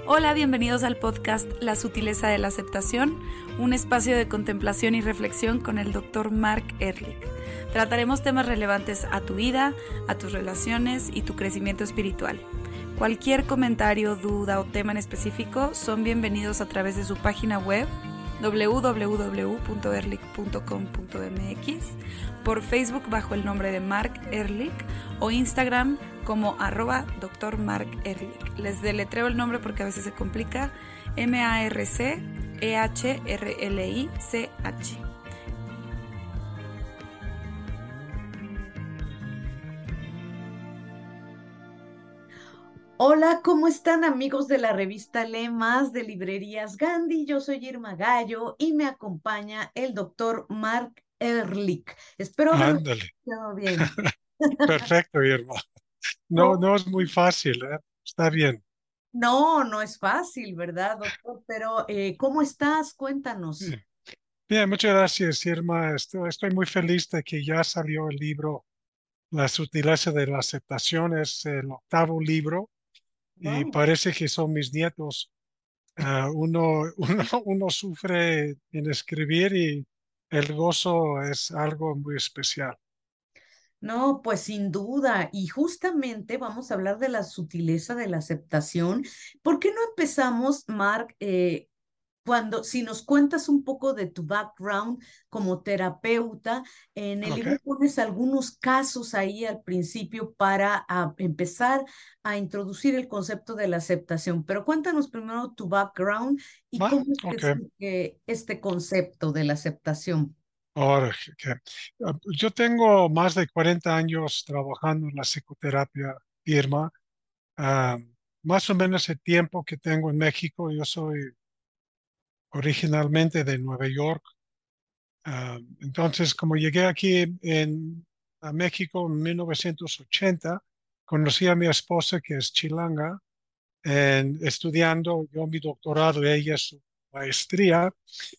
Hola, bienvenidos al podcast La sutileza de la aceptación, un espacio de contemplación y reflexión con el Dr. Mark Ehrlich. Trataremos temas relevantes a tu vida, a tus relaciones y tu crecimiento espiritual. Cualquier comentario, duda o tema en específico son bienvenidos a través de su página web www.ehrlich.com.mx, por Facebook bajo el nombre de Mark Ehrlich o Instagram como @Dr. Mark Ehrlich. Les deletreo el nombre porque a veces se complica: MarcEhrlich. Hola, ¿cómo están amigos de la revista Lee Más de Librerías Gandhi? Yo soy Irma Gallo y me acompaña el doctor Mark Ehrlich. Espero haberlo Ándale, pronunciado bien. perfecto, Irma. No, Co- no es muy fácil, ¿eh? Está bien. No, no es fácil, ¿verdad, doctor? Pero, ¿cómo estás? Cuéntanos. Bien, Bien, muchas gracias, Irma. Estoy muy feliz de que ya salió el libro La sutileza de la aceptación. Es el octavo libro y Wow. parece que son mis nietos. Uno sufre en escribir y el gozo es algo muy especial. No, pues sin duda. Y justamente vamos a hablar de la sutileza de la aceptación. ¿Por qué no empezamos, Mark, si nos cuentas un poco de tu background como terapeuta? En el ¿Ok? libro pones algunos casos ahí al principio para empezar a introducir el concepto de la aceptación, pero cuéntanos primero tu background y ¿Va? cómo es que Ok. surge este concepto de la aceptación. Ahora, yo tengo más de 40 años trabajando en la psicoterapia, Irma. Ah, Más o menos el tiempo que tengo en México. Yo soy originalmente de Nueva York. Entonces, como llegué aquí a México en 1980, conocí a mi esposa, que es chilanga, estudiando yo mi doctorado y ella su maestría.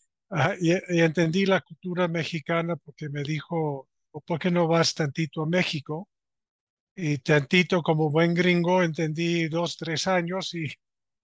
Y entendí la cultura mexicana porque me dijo: "¿O ¿por qué no vas tantito a México?". Y tantito, como buen gringo, entendí 2, 3 años y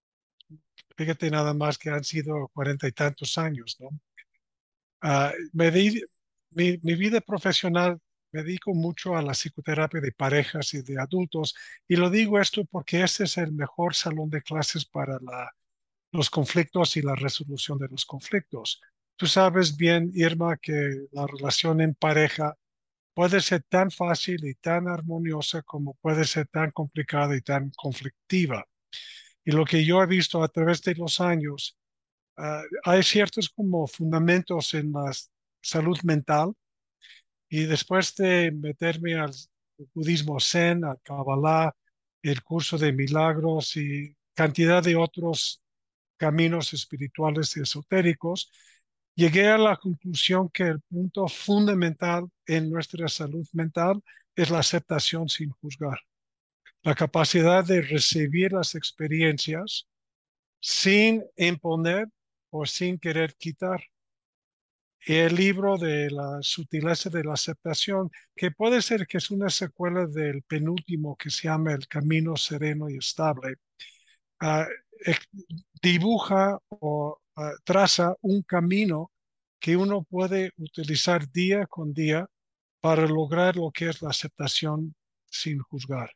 fíjate nada más que han sido 40 y tantos años, ¿no? Ah, me di, mi vida profesional me dedico mucho a la psicoterapia de parejas y de adultos, y lo digo esto porque este es el mejor salón de clases para los conflictos y la resolución de los conflictos. Tú sabes bien, Irma, que la relación en pareja puede ser tan fácil y tan armoniosa como puede ser tan complicada y tan conflictiva. Y lo que yo he visto a través de los años, hay ciertos como fundamentos en la salud mental, y después de meterme al budismo Zen, al Kabbalah, el curso de milagros y cantidad de otros caminos espirituales y esotéricos, llegué a la conclusión que el punto fundamental en nuestra salud mental es la aceptación sin juzgar, la capacidad de recibir las experiencias sin imponer o sin querer quitar. Y el libro de la sutileza de la aceptación, que puede ser que es una secuela del penúltimo que se llama El camino sereno y estable, ah, ex- dibuja o traza un camino que uno puede utilizar día con día para lograr lo que es la aceptación sin juzgar.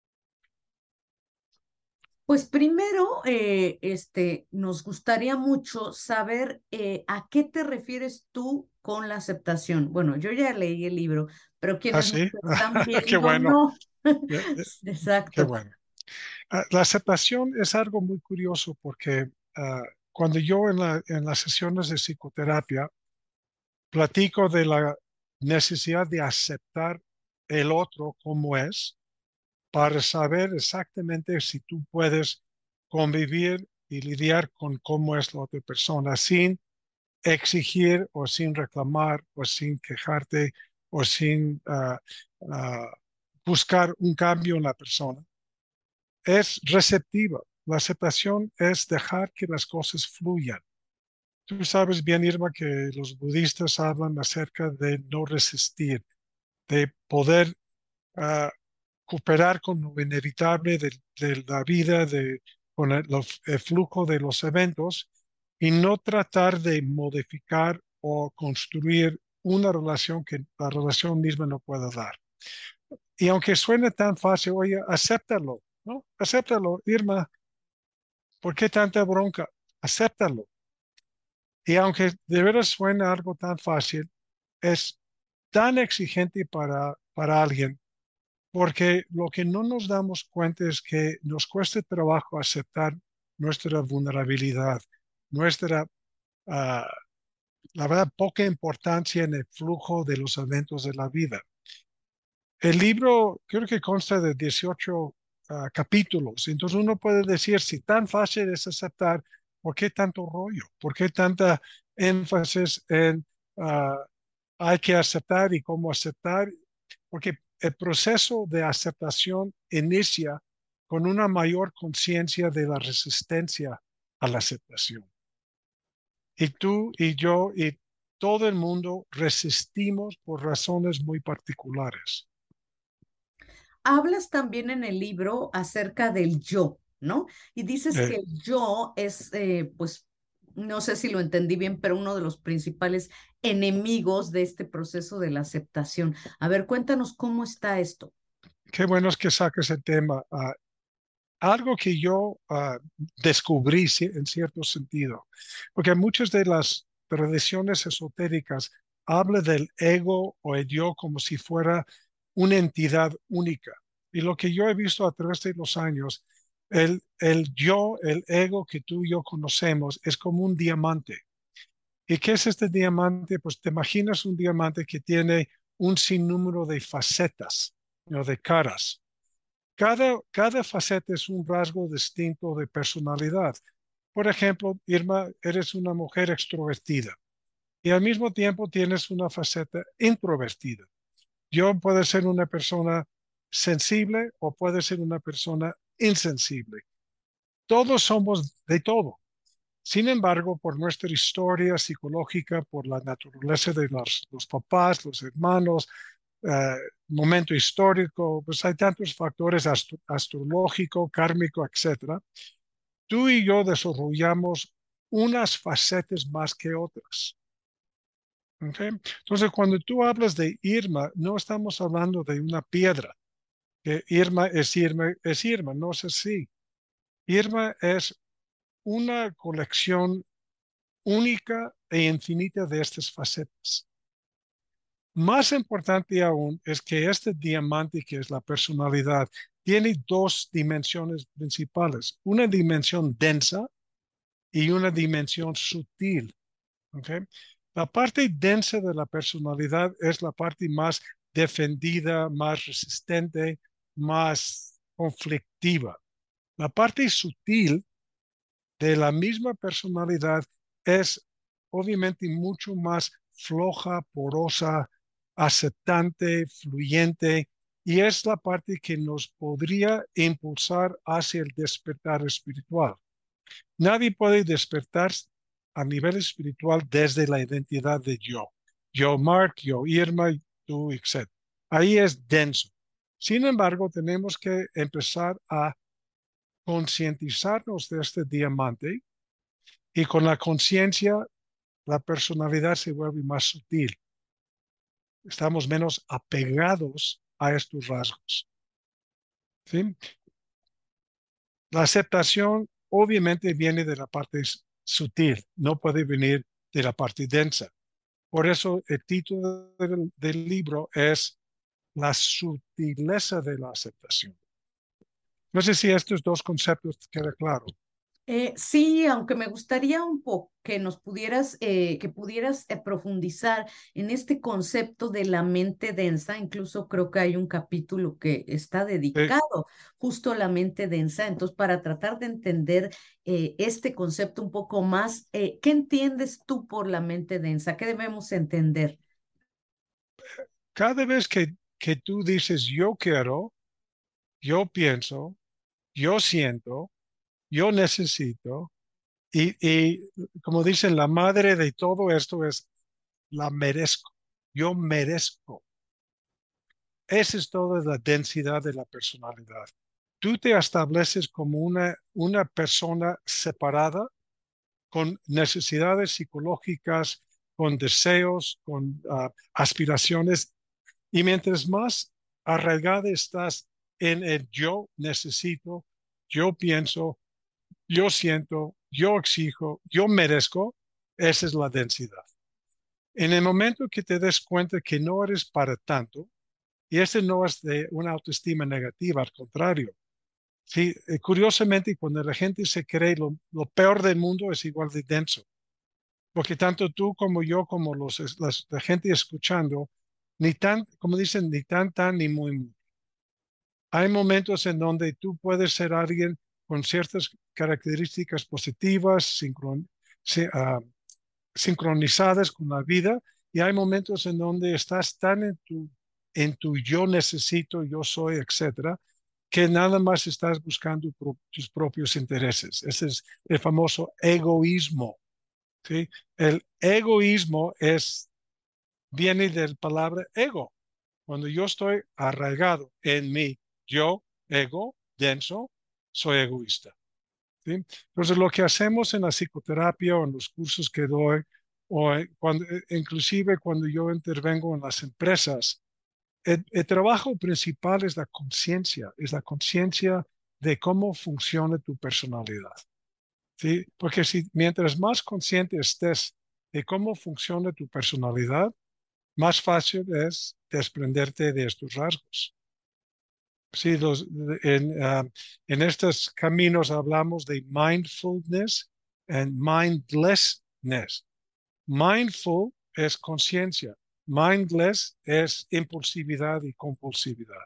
Pues primero, nos gustaría mucho saber a qué te refieres tú con la aceptación. Bueno, yo ya leí el libro, pero ¿Ah, quienes nos sí? están Qué viendo, bueno, no. eh, eh, qué Exacto. bueno. La aceptación es algo muy curioso porque cuando yo en las sesiones de psicoterapia platico de la necesidad de aceptar el otro como es, para saber exactamente si tú puedes convivir y lidiar con cómo es la otra persona sin exigir o sin reclamar o sin quejarte o sin buscar un cambio en la persona. Es receptiva. La aceptación es dejar que las cosas fluyan. Tú sabes bien, Irma, que los budistas hablan acerca de no resistir, de poder uh, cooperar con lo inevitable de la vida, de con el flujo de los eventos y no tratar de modificar o construir una relación que la relación misma no pueda dar. Y aunque suene tan fácil, oye, acéptalo, ¿no? Acéptalo, Irma, ¿por qué tanta bronca? Acéptalo. Y aunque de veras suena algo tan fácil, es tan exigente para alguien, porque lo que no nos damos cuenta es que nos cuesta trabajo aceptar nuestra vulnerabilidad, nuestra, ah, la verdad, poca importancia en el flujo de los eventos de la vida. El libro creo que consta de 18 capítulos, entonces uno puede decir, si tan fácil es aceptar, ¿por qué tanto rollo? ¿Por qué tanta énfasis en hay que aceptar y cómo aceptar? Porque el proceso de aceptación inicia con una mayor conciencia de la resistencia a la aceptación. Y tú y yo y todo el mundo resistimos por razones muy particulares. Hablas también en el libro acerca del yo, ¿no? Y dices que Eh, el yo es, pues, no sé si lo entendí bien, pero uno de los principales enemigos de este proceso de la aceptación. A ver, cuéntanos cómo está esto. Qué bueno es que saques el tema. Algo que yo descubrí en cierto sentido, porque muchas de las tradiciones esotéricas hablan del ego o el yo como si fuera una entidad única. Y lo que yo he visto a través de los años, el yo, el ego que tú y yo conocemos, es como un diamante. ¿Y qué es este diamante? Pues te imaginas un diamante que tiene un sinnúmero de facetas, ¿no? De caras. Cada faceta es un rasgo distinto de personalidad. Por ejemplo, Irma, eres una mujer extrovertida y al mismo tiempo tienes una faceta introvertida. Yo puedo ser una persona sensible o puede ser una persona insensible. Todos somos de todo. Sin embargo, por nuestra historia psicológica, por la naturaleza de los papás, los hermanos, eh, momento histórico, pues hay tantos factores astrológico, kármico, etcétera. Tú y yo desarrollamos unas facetas más que otras. ¿Okay? Entonces, cuando tú hablas de Irma, no estamos hablando de una piedra, que Irma, es Irma, no es así. Irma es una colección única e infinita de estas facetas. Más importante aún es que este diamante, que es la personalidad, tiene dos dimensiones principales, una dimensión densa y una dimensión sutil. ¿Okay? La parte densa de la personalidad es la parte más defendida, más resistente, más conflictiva. La parte sutil de la misma personalidad es obviamente mucho más floja, porosa, aceptante, fluyente, y es la parte que nos podría impulsar hacia el despertar espiritual. Nadie puede despertar a nivel espiritual desde la identidad de yo. Yo Mark, yo Irma, tú, etc. Ahí es denso. Sin embargo, tenemos que empezar a concientizarnos de este diamante y con la conciencia la personalidad se vuelve más sutil. Estamos menos apegados a estos rasgos. ¿Sí? La aceptación obviamente viene de la parte sutil, no puede venir de la parte densa. Por eso el título del libro es La sutileza de la aceptación. No sé si estos dos conceptos quedan claros. Sí, aunque me gustaría un poco que nos pudieras, que pudieras profundizar en este concepto de la mente densa. Incluso creo que hay un capítulo que está dedicado justo a la mente densa. Entonces, para tratar de entender este concepto un poco más, ¿qué entiendes tú por la mente densa? ¿Qué debemos entender? Cada vez que tú dices yo quiero, yo pienso, yo siento, yo necesito, y como dicen, la madre de todo esto es la merezco. Yo merezco. Esa es toda la densidad de la personalidad. tú te estableces como una persona separada con necesidades psicológicas, con deseos, con aspiraciones. Y mientras más arraigada estás en el yo necesito, yo pienso, yo siento, yo exijo, yo merezco, esa es la densidad. En el momento que te des cuenta que no eres para tanto, y ese no es de una autoestima negativa, al contrario. Sí, curiosamente, cuando la gente se cree lo peor del mundo es igual de denso, porque tanto tú como yo, como la gente escuchando, ni tan, como dicen, ni tan, ni muy, muy. Hay momentos en donde tú puedes ser alguien con ciertas características positivas, sí, sincronizadas con la vida, y hay momentos en donde estás tan en tu yo necesito, yo soy, etcétera, que nada más estás buscando tus propios intereses. Ese es el famoso egoísmo, ¿sí? El egoísmo viene del palabra ego. Cuando yo estoy arraigado en mi yo, ego, denso, soy egoísta. ¿Sí? Entonces, lo que hacemos en la psicoterapia o en los cursos que doy, inclusive cuando yo intervengo en las empresas, el trabajo principal es la conciencia de cómo funciona tu personalidad. ¿Sí? Porque mientras más consciente estés de cómo funciona tu personalidad, más fácil es desprenderte de estos rasgos. Sí, en estos caminos hablamos de mindfulness y mindlessness. Mindful es conciencia, mindless es impulsividad y compulsividad.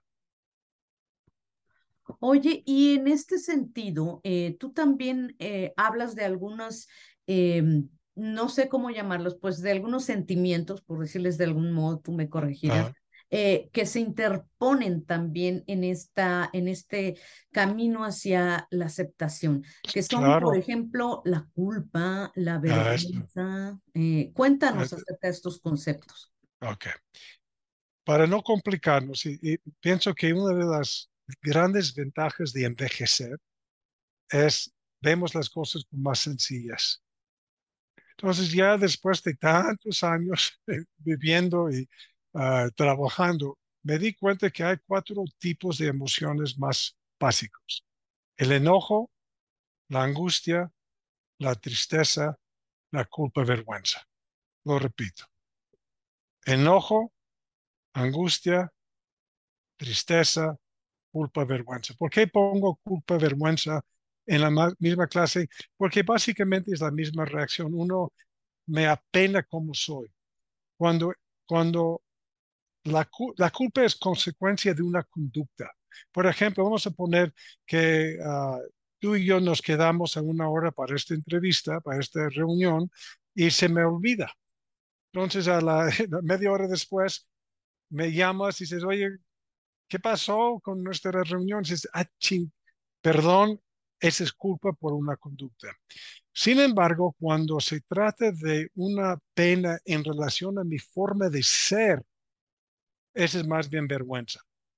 Oye, y en este sentido, tú también hablas de algunos, no sé cómo llamarlos, pues de algunos sentimientos, por decirles de algún modo, tú me corregirás, Ah, que se interponen también en este camino hacia la aceptación, que son, por claro, ejemplo, la culpa, la esto, vergüenza. Cuéntanos esto, acerca de estos conceptos. ok. Para no complicarnos, y pienso que una de las grandes ventajas de envejecer es vemos las cosas más sencillas. Entonces ya después de tantos años viviendo y trabajando, me di cuenta que hay 4 tipos de emociones más básicos. El enojo, la angustia, la tristeza, la culpa, vergüenza. Lo repito. Enojo, angustia, tristeza, culpa, vergüenza. ¿Por qué pongo culpa, vergüenza en la misma clase? Porque básicamente es la misma reacción. Uno me apena como soy. Cuando, cuando la culpa es consecuencia de una conducta. Por ejemplo, vamos a poner que tú y yo nos quedamos a una hora para esta entrevista, para esta reunión, y se me olvida. Entonces, a la media hora después, me llamas y dices, oye, ¿qué pasó con nuestra reunión? Dices, perdón, esa es culpa por una conducta. Sin embargo, cuando se trata de una pena en relación a mi forma de ser, esa es más bien vergüenza.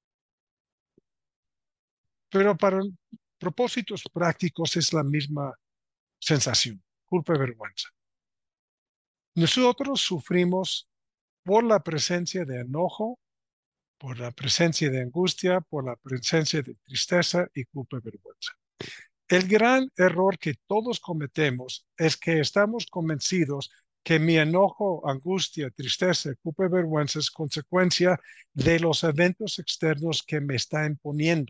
Pero para propósitos prácticos es la misma sensación, culpa y vergüenza. Nosotros sufrimos por la presencia de enojo, por la presencia de angustia, por la presencia de tristeza y culpa y vergüenza. El gran error que todos cometemos es que estamos convencidos que mi enojo, angustia, tristeza, culpa y vergüenza es consecuencia de los eventos externos que me está imponiendo.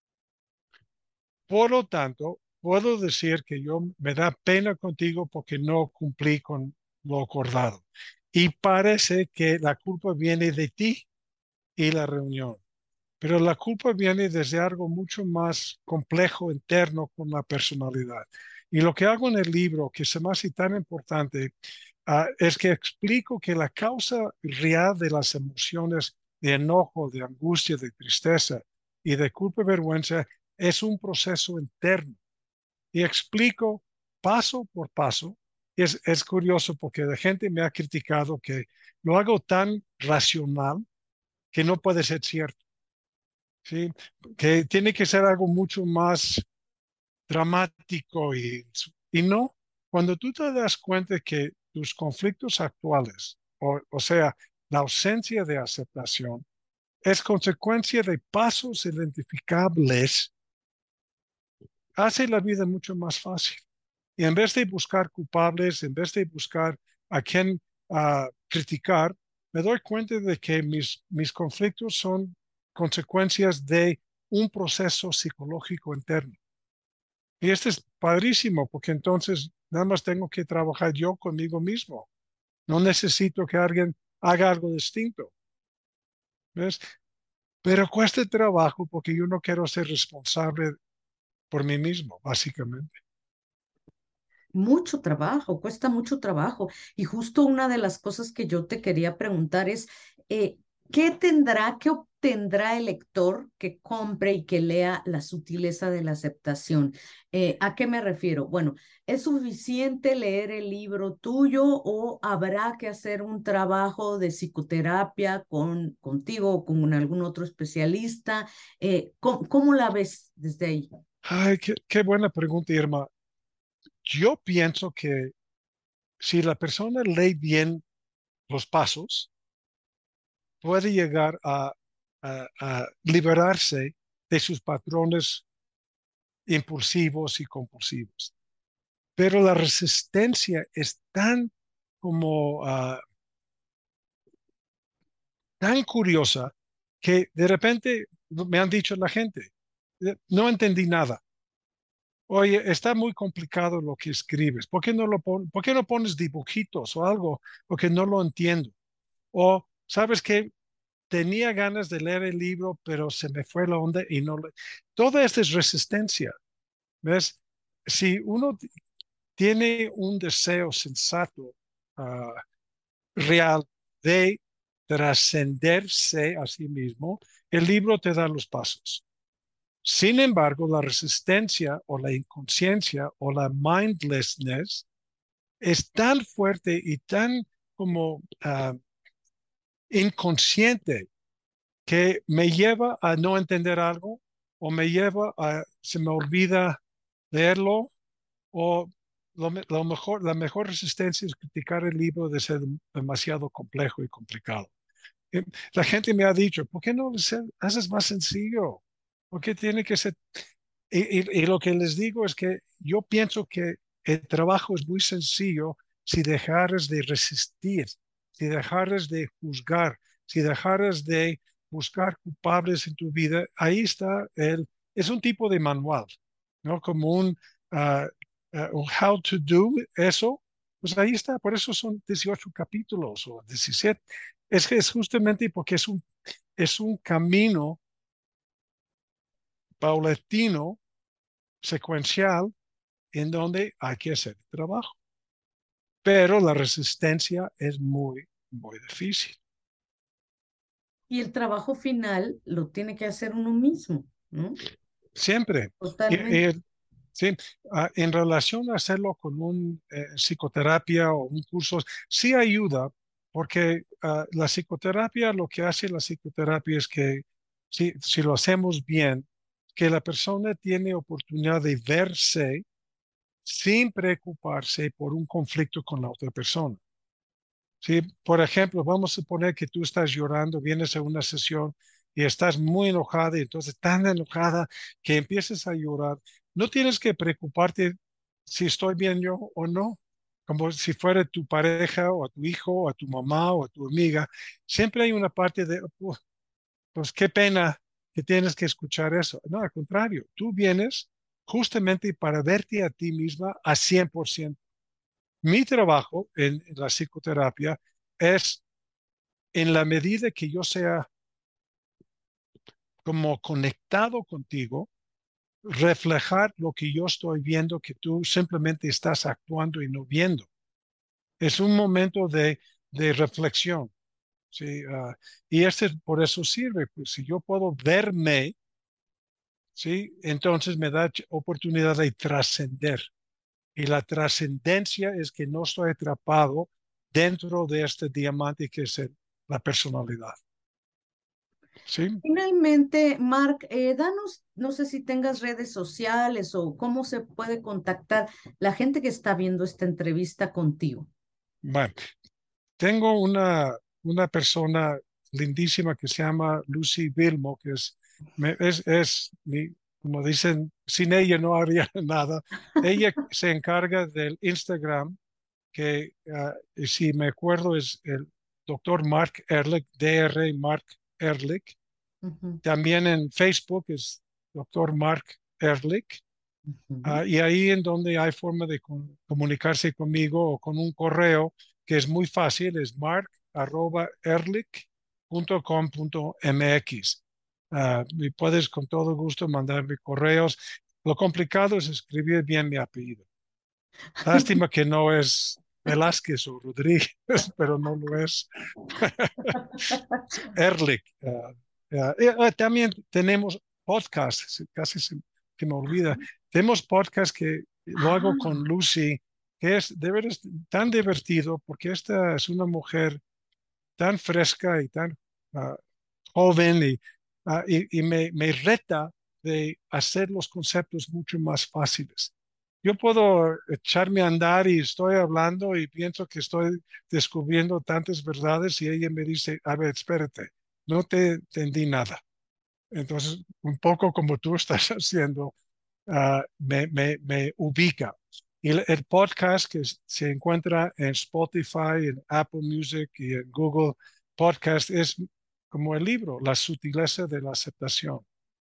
Por lo tanto, puedo decir que yo me da pena contigo porque no cumplí con lo acordado. Y parece que la culpa viene de ti y la reunión. Pero la culpa viene desde algo mucho más complejo, interno, con la personalidad. Y lo que hago en el libro, que se me hace tan importante, es que explico que la causa real de las emociones de enojo, de angustia, de tristeza y de culpa y vergüenza es un proceso interno. Y explico paso por paso. Es curioso porque la gente me ha criticado que lo hago tan racional que no puede ser cierto. ¿sí? Que tiene que ser algo mucho más dramático y no. Cuando tú te das cuenta que tus conflictos actuales, o sea, la ausencia de aceptación, es consecuencia de pasos identificables, hace la vida mucho más fácil. Y en vez de buscar culpables, en vez de buscar a quién criticar, me doy cuenta de que mis conflictos son consecuencias de un proceso psicológico interno. Y este es padrísimo, porque entonces nada más tengo que trabajar yo conmigo mismo. No necesito que alguien haga algo distinto. ¿Ves? Pero cuesta trabajo porque yo no quiero ser responsable por mí mismo, básicamente. Mucho trabajo, cuesta mucho trabajo. Y justo una de las cosas que yo te quería preguntar es, eh, qué obtendrá el lector que compre y que lea La sutileza de la aceptación? ¿A qué me refiero? Bueno, ¿es suficiente leer el libro tuyo o habrá que hacer un trabajo de psicoterapia contigo o con algún otro especialista? ¿Cómo la ves desde ahí? Ay, qué buena pregunta, Irma. Yo pienso que si la persona lee bien los pasos, puede llegar a liberarse de sus patrones impulsivos y compulsivos. Pero la resistencia es tan como tan curiosa que de repente me han dicho la gente, no entendí nada. Oye, está muy complicado lo que escribes. ¿Por qué no pones dibujitos o algo? Porque no lo entiendo. O, ¿sabes qué? Tenía ganas de leer el libro, pero se me fue la onda y no le... Toda esta es resistencia, ¿ves? Si uno tiene un deseo sensato, ah, real, de trascenderse a sí mismo, el libro te da los pasos. Sin embargo, la resistencia o la inconsciencia o la mindlessness es tan fuerte y tan como inconsciente que me lleva a no entender algo o me lleva a, se me olvida leerlo o la mejor resistencia es criticar el libro de ser demasiado complejo y complicado. Eh, La gente me ha dicho, ¿por qué no haces más sencillo? ¿Por qué tiene que ser? Y lo que les digo es que yo pienso que el trabajo es muy sencillo si dejares de resistir, si dejares de juzgar, si dejares de buscar culpables en tu vida. Ahí está es un tipo de manual, ¿no? Como ah, un how to do eso. Pues ahí está, por eso son 18 capítulos o 17. Es que es justamente porque es un camino paulatino, secuencial, en donde hay que hacer el trabajo. Pero la resistencia es muy, muy difícil. Y el trabajo final lo tiene que hacer uno mismo, ¿no? Siempre. Y, Totalmente. sí, en relación a hacerlo con un psicoterapia o un curso, sí ayuda, porque la psicoterapia, lo que hace la psicoterapia es que si lo hacemos bien, que la persona tiene oportunidad de verse sin preocuparse por un conflicto con la otra persona. Sí, por ejemplo, vamos a suponer que tú estás llorando, vienes a una sesión y estás muy enojada y entonces tan enojada que empiezas a llorar. No tienes que preocuparte si estoy bien yo o no, como si fuera tu pareja o a tu hijo o a tu mamá o a tu amiga. Siempre hay una parte de, pues qué pena que tienes que escuchar eso. No, al contrario, tú vienes justamente para verte a ti misma a 100%. Mi trabajo en la psicoterapia es, en la medida que yo sea como conectado contigo, reflejar lo que yo estoy viendo, que tú simplemente estás actuando y no viendo. Es un momento de reflexión. ¿Sí? Y por eso sirve, pues si yo puedo verme, ¿sí? Entonces me da oportunidad de trascender. Y la trascendencia es que no estoy atrapado dentro de este diamante que es la personalidad. Sí, Finalmente, Mark, danos, no sé si tengas redes sociales o cómo se puede contactar la gente que está viendo esta entrevista contigo. bueno, tengo una persona lindísima que se llama Lucy Vilmo, que es como dicen, sin ella no haría nada. Ella se encarga del Instagram, que si me acuerdo es el doctor Mark Ehrlich, DR Mark Ehrlich. Ujú, También en Facebook es doctor Mark Ehrlich. ujú. Y ahí en donde hay forma de comunicarse conmigo o con un correo que es muy fácil, es mark@ehrlich.com.mx. Y puedes con todo gusto mandarme correos. Lo complicado es escribir bien mi apellido. Lástima que no es Velázquez o Rodríguez, pero no lo es. Ehrlich. También tenemos podcasts, que me olvida. Tenemos podcast que lo hago con Ah, Lucy, que es de veras tan divertido porque esta es una mujer tan fresca y tan ah, joven y me reta de hacer los conceptos mucho más fáciles. Yo puedo echarme a andar y estoy hablando y pienso que estoy descubriendo tantas verdades y ella me dice, a ver, espérate, no te entendí nada. Entonces, un poco como tú estás haciendo, me ubica. Y el podcast que se encuentra en Spotify, en Apple Music y en Google Podcast es como el libro, La sutileza de la aceptación.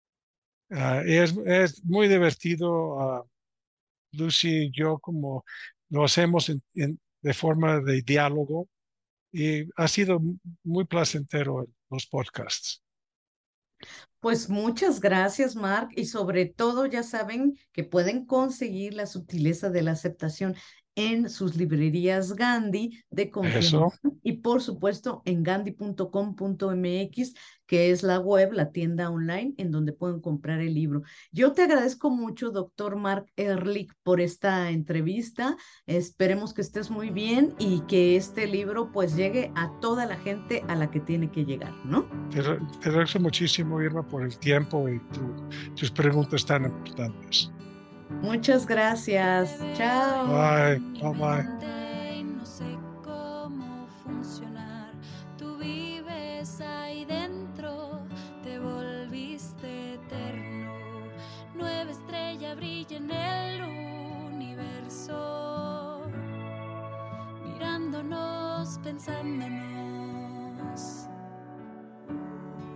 Es muy divertido, Lucy y yo, como lo hacemos de forma de diálogo y ha sido muy placentero los podcasts. pues muchas gracias, Mark, y sobre todo ya saben que pueden conseguir la sutileza de la aceptación en sus librerías Gandhi de Eso, confianza y por supuesto en gandhi.com.mx, que es la web, la tienda online en donde pueden comprar el libro. Yo te agradezco mucho, doctor Mark Ehrlich, por esta entrevista. Esperemos que estés muy bien y que este libro pues llegue a toda la gente a la que tiene que llegar, ¿no? te agradezco muchísimo, Irma, por el tiempo y tus preguntas tan importantes. Muchas gracias. Chao. Bye, Mi bye, bye. mente y no sé cómo funcionar. Tú vives ahí dentro, te volviste eterno. Nueva estrella brilla en el universo, mirándonos, pensándonos.